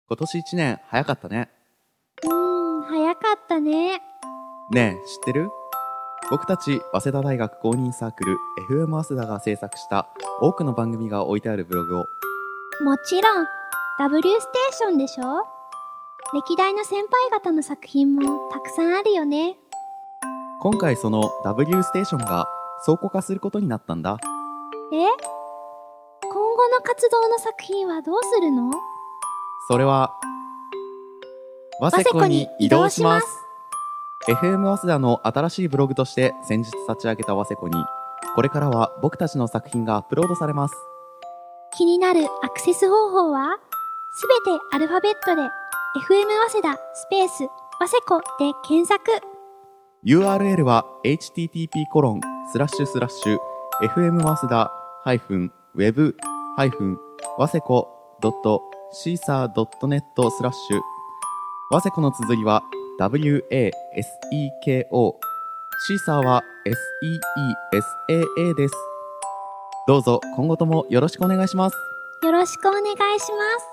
今年1年早かったね。 早かったね。 ねえ、知ってる？僕たち早稲田大学公認サークル FM 早稲田が制作した多くの番組が置いてあるブログを。 もちろん W ステーションでしょ。歴代の先輩方の作品もたくさんあるよね。 今回その W ステーションが倉庫化することになったんだ。 今後の活動の作品はどうするの？ それは早稲子に移動します。FM 早稲田の新しいブログとして先日立ち上げた早稲子に、これからは僕たちの作品がアップロードされます。 気になるアクセス方法はすべてアルファベットで FM 早稲田スペース早稲子で検索。 URL は http://fm 早稲田-web- 早稲子 .caesar.net/ 早稲子の綴りは WASEKO、 シーサーは SEESAA です。どうぞ今後ともよろしくお願いします。 よろしくお願いします。